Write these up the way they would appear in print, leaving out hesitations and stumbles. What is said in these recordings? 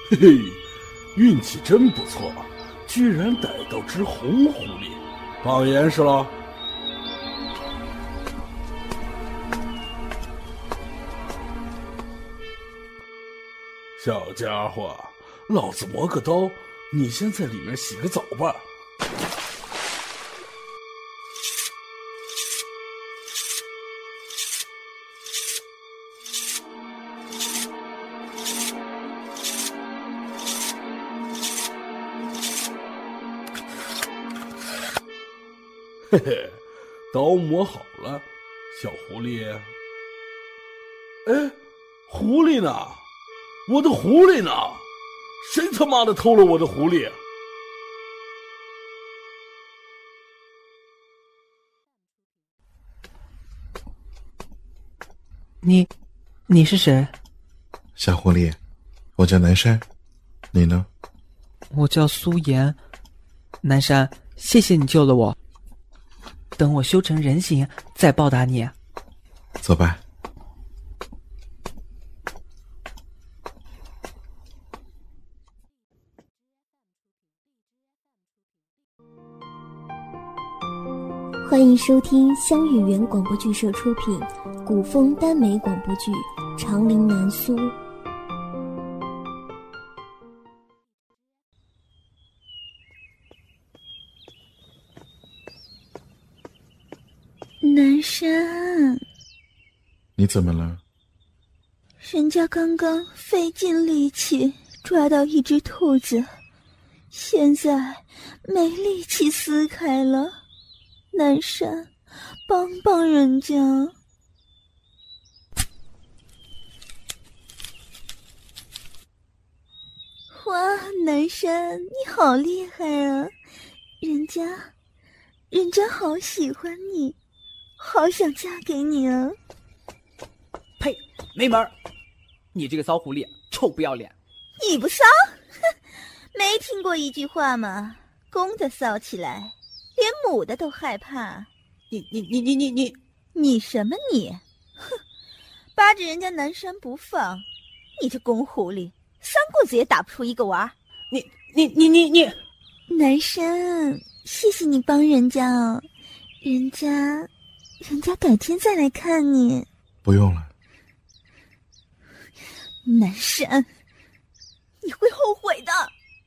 嘿嘿，运气真不错，居然逮到只红狐狸，放严实了。小家伙，老子磨个刀，你先在里面洗个澡吧。嘿嘿，刀磨好了，小狐狸。哎，狐狸呢？我的狐狸呢？谁他妈的偷了我的狐狸？ 你是谁？ 小狐狸，我叫南山，你呢？ 我叫苏妍。南山，谢谢你救了我。等我修成人形再报答你。 走吧。 欢迎收听香语园广播剧社出品古风耽美广播剧《长林南苏》。 南山， 你怎么了？ 人家刚刚费尽力气抓到一只兔子，现在没力气撕开了。南山，帮帮人家！哇，南山，你好厉害啊！人家好喜欢你，好想嫁给你啊！ 呸，没门儿！你这个骚狐狸，臭不要脸！ 你不骚？没听过一句话吗？公的骚起来，连母的都害怕。你什么你？哼，扒着人家南山不放，你这公狐狸，三棍子也打不出一个娃。 你， 南山，谢谢你帮人家哦，人家改天再来看你。 不用了。 南山，你会后悔的。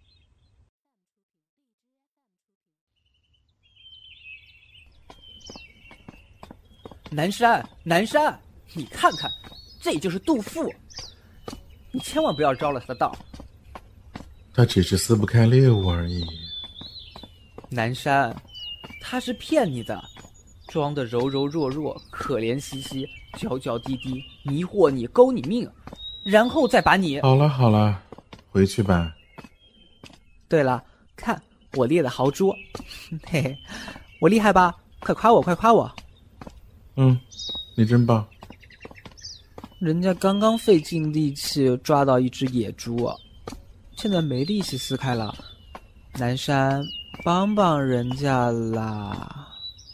南山，你看看，这就是杜甫，你千万不要招了他的道。 他只是撕不开猎物而已。 南山，他是骗你的，装的柔柔弱弱，可怜兮兮，娇娇滴滴，迷惑你，勾你命，然后再把你…… 好了，回去吧。 对了，看我猎的豪猪，嘿嘿，我厉害吧？快夸我！ 你真棒。 人家刚刚费尽力气抓到一只野猪，现在没力气撕开了。南山，帮帮人家啦！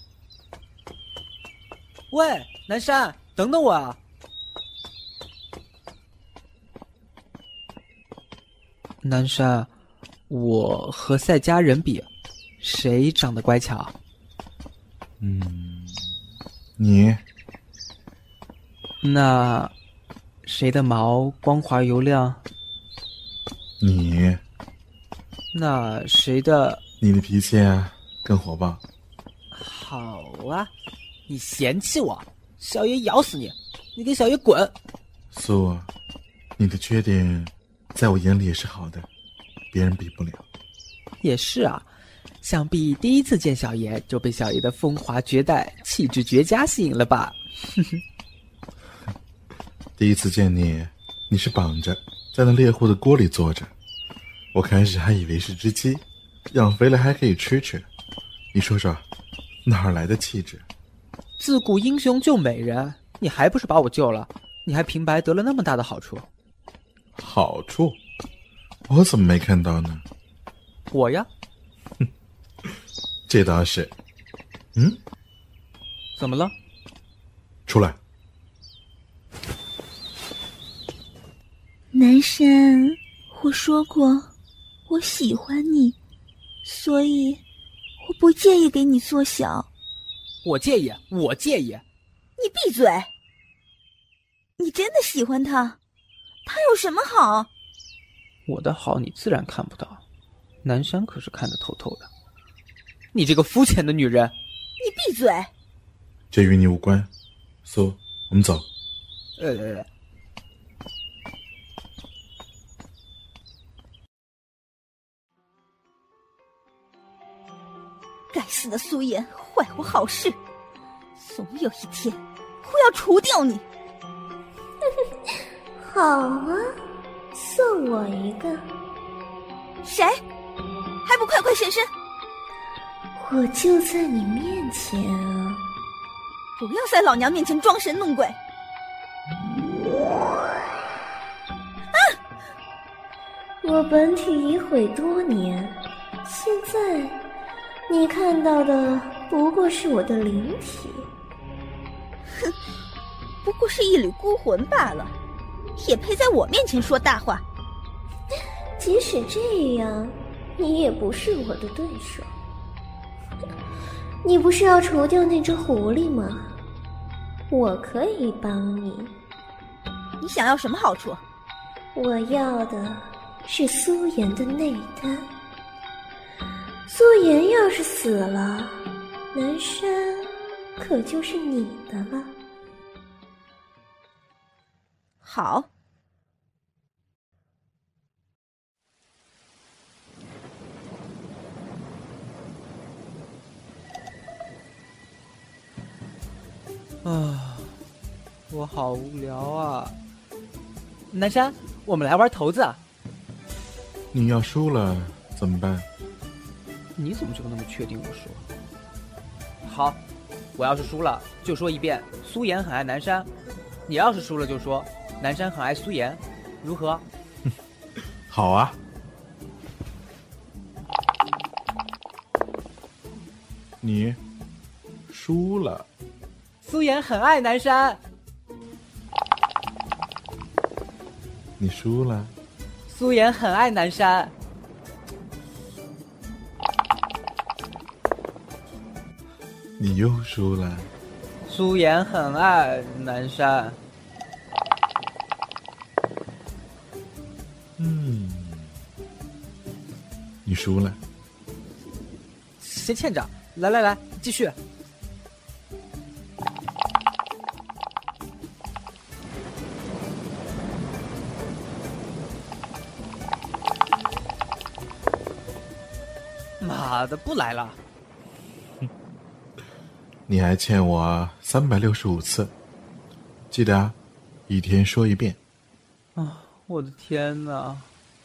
喂，南山，等等我啊！南山，我和赛家人比，谁长得乖巧？ 你。 那谁的毛光滑油亮？ 你。 那谁的？ 你的脾气更火爆。 好啊，你嫌弃我，小爷咬死你！你给小爷滚！ 苏，你的缺点在我眼里也是好的，别人比不了。 也是啊，想必第一次见小爷就被小爷的风华绝代、气质绝佳吸引了吧？ 第一次见你，你是绑着在那猎户的锅里坐着，我开始还以为是只鸡，养肥了还可以吃。你说说，哪儿来的气质？ 自古英雄救美人，你还不是把我救了？你还平白得了那么大的好处？ 好处？我怎么没看到呢？ 我呀？ 这倒是。 怎么了？ 出来。 南山， 我说过我喜欢你，所以我不介意给你缩小。 我介意。 你闭嘴！你真的喜欢他？他有什么好？ 我的好你自然看不到，南山可是看得透透的。你这个肤浅的女人！ 你闭嘴！ 这与你无关。苏，我们走。 该死的苏颜，坏我好事！总有一天，我要除掉你！ 好啊，送我一个。 谁？还不快快现身！ 我就在你面前啊！ 不要在老娘面前装神弄鬼！ 我本体已毁多年，现在你看到的不过是我的灵体。 哼，不过是一缕孤魂罢了，也配在我面前说大话？ 即使这样，你也不是我的对手。你不是要除掉那只狐狸吗？我可以帮你。 你想要什么好处？ 我要的是苏颜的内丹。苏颜要是死了，南山可就是你的了。 好。 我好无聊啊。南山，我们来玩骰子啊。 你要输了怎么办？ 你怎么就那么确定我输？好，我要是输了就说一遍苏颜很爱南山，你要是输了就说南山很爱苏颜，如何？ 好啊。你输了。 苏颜很爱南山。 你输了。 苏颜很爱南山。 你又输了。 苏颜很爱南山。 你输了。 先欠着，来，继续。妈的，不来了。 你还欠我365次，记得啊，一天说一遍。 啊，我的天哪！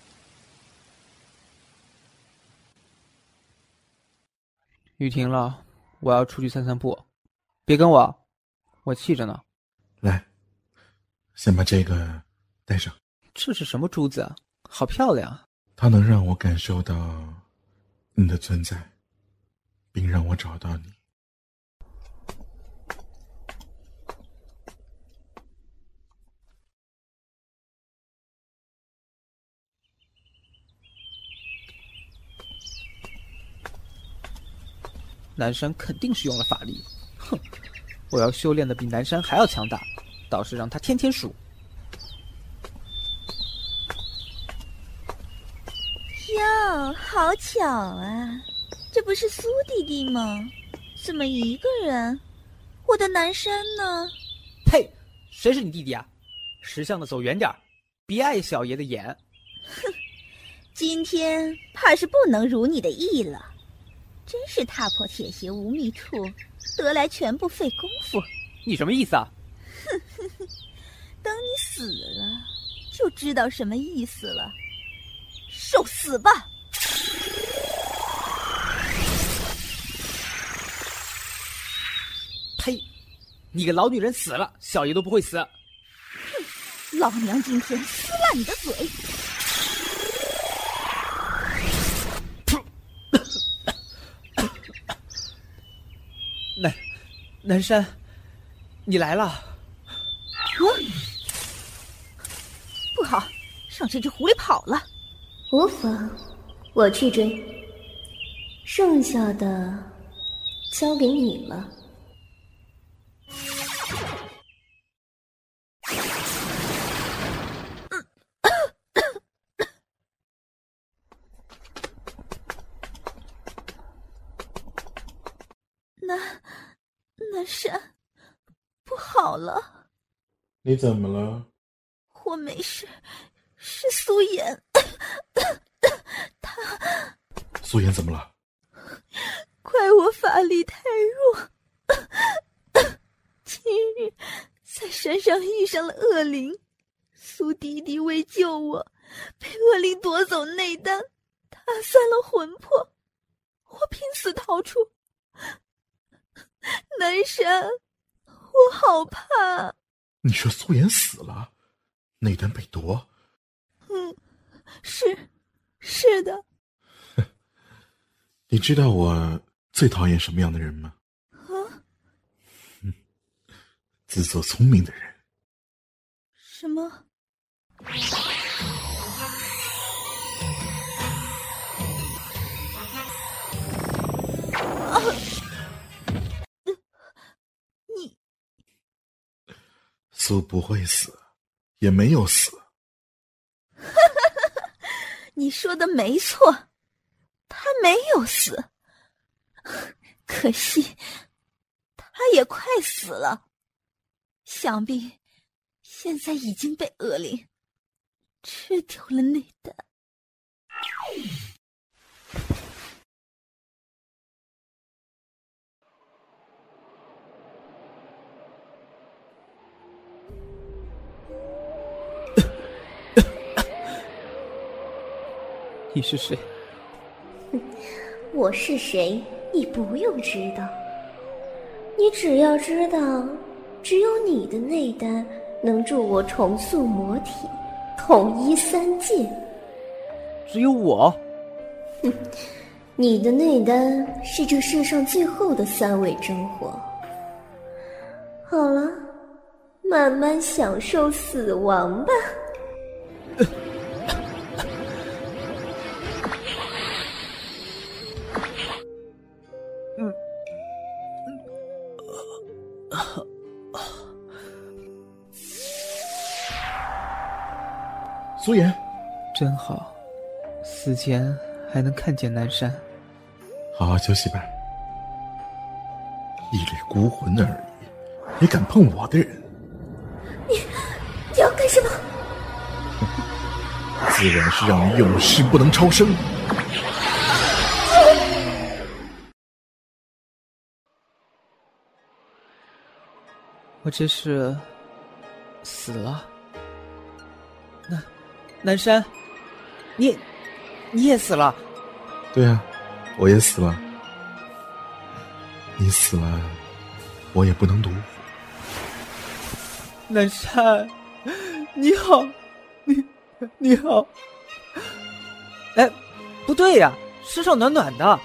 雨停了，我要出去散散步，别跟我气着呢。 来，先把这个戴上。 这是什么珠子啊？好漂亮！ 它能让我感受到你的存在，并让我找到你。 南山肯定是用了法力，哼！我要修炼的比南山还要强大，倒是让他天天输。 哟，好巧啊！这不是苏弟弟吗？怎么一个人？我的南山呢？ 呸！谁是你弟弟啊？识相的走远点，别碍小爷的眼。 哼，今天怕是不能如你的意了。真是踏破铁鞋无觅处，得来全不费工夫。 你什么意思啊？ 等你死了，就知道什么意思了。受死吧！ 呸！你个老女人死了，小爷都不会死。 哼，老娘今天撕烂你的嘴！ 南山，你来了。 不好，让这只狐狸跑了。 无妨，我去追，剩下的交给你了。 南山，不好了！ 你怎么了？ 我没事，是苏妍。 苏妍怎么了？ 怪我法力太弱。今日在山上遇上了恶灵，苏弟弟为救我，被恶灵夺走内丹，打散了魂魄，我拼死逃出。南山，我好怕。 你说苏妍死了，内丹被夺？ 是的。 你知道我最讨厌什么样的人吗？自作聪明的人。 什么？你苏不会死，也没有死。 你说的没错，他没有死，可惜他也快死了，想必现在已经被恶灵吃掉了内丹。 你是谁？ 我是谁，你不用知道。你只要知道，只有你的内丹能助我重塑魔体，统一三界。 只有我？ 你的内丹是这世上最后的3味真火。好了，慢慢享受死亡吧。 苏妍， 真好，死前还能看见南山。 好好休息吧。一缕孤魂而已，也敢碰我的人？ 你要干什么？ 自然是让你永世不能超生。 我这是死了。南山，你也死了？ 对啊，我也死了。你死了，我也不能独活。 南山，你好，你好。哎，不对呀，身上暖暖的，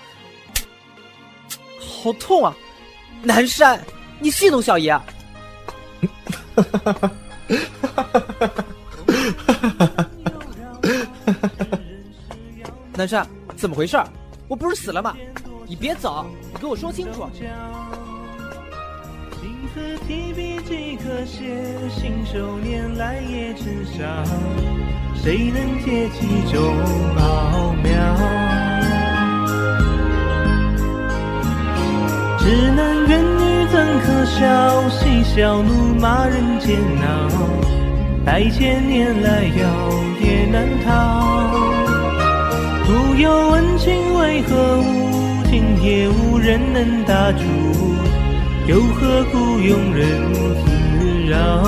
好痛啊！南山，你戏弄小爷？南山，怎么回事？我不是死了吗？你别走，你跟我说清楚。 金字提笔即可写，信手拈来也知晓，谁能解其中奥妙？知男怨女怎可笑？嬉笑怒骂人间恼，百千年来遥也难逃。徒有恩情为何物？今夜无人能打住，又何苦庸人自扰？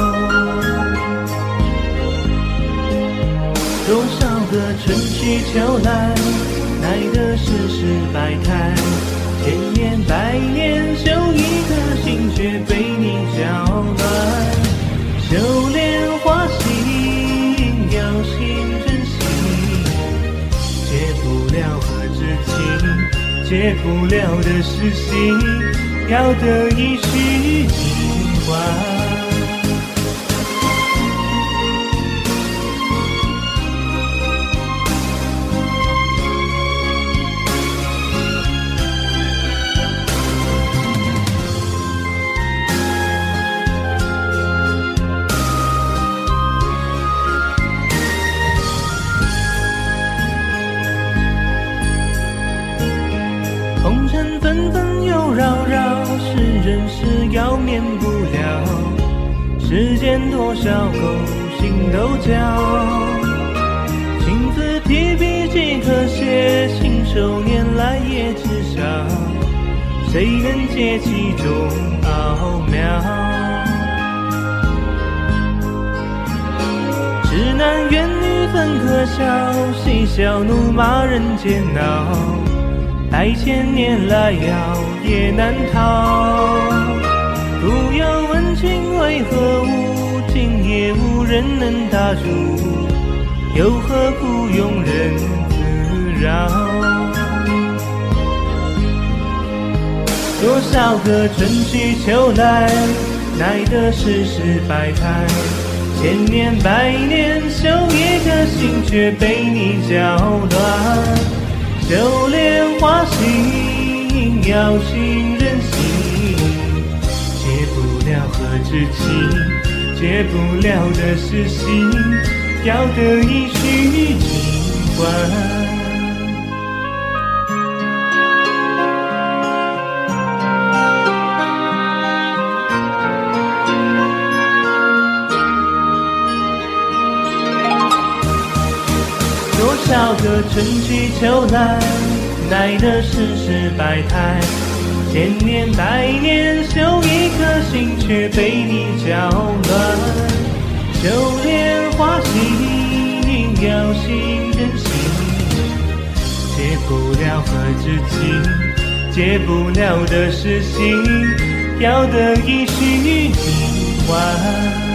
多少个春去秋来，奈得世事百态。千年百年修一颗心，却被你搅乱。修炼花心，要心珍惜，解不了何之情，解不了的是心，要得一须尽欢。 了免不了，世间多少勾心斗角。亲自提笔即可写，信手拈来也知晓，谁能解其中奥妙？直男怨女怎可笑，嬉笑怒骂人间恼，百千年来遥也难逃。古有问情为何物，今也无人能答入，又何苦庸人自扰？多少个春去秋来，奈得世事百态，千年百年修一颗心，却被你搅乱。修炼花心，要心人心，解不了何之情，解不了的是心，要得一须尽欢。多少个春去秋来，奈得世事百态，千年百年修一颗心，却被你搅乱。修炼花心，要心人心，解不了何之情，解不了的是心，要得一须尽欢。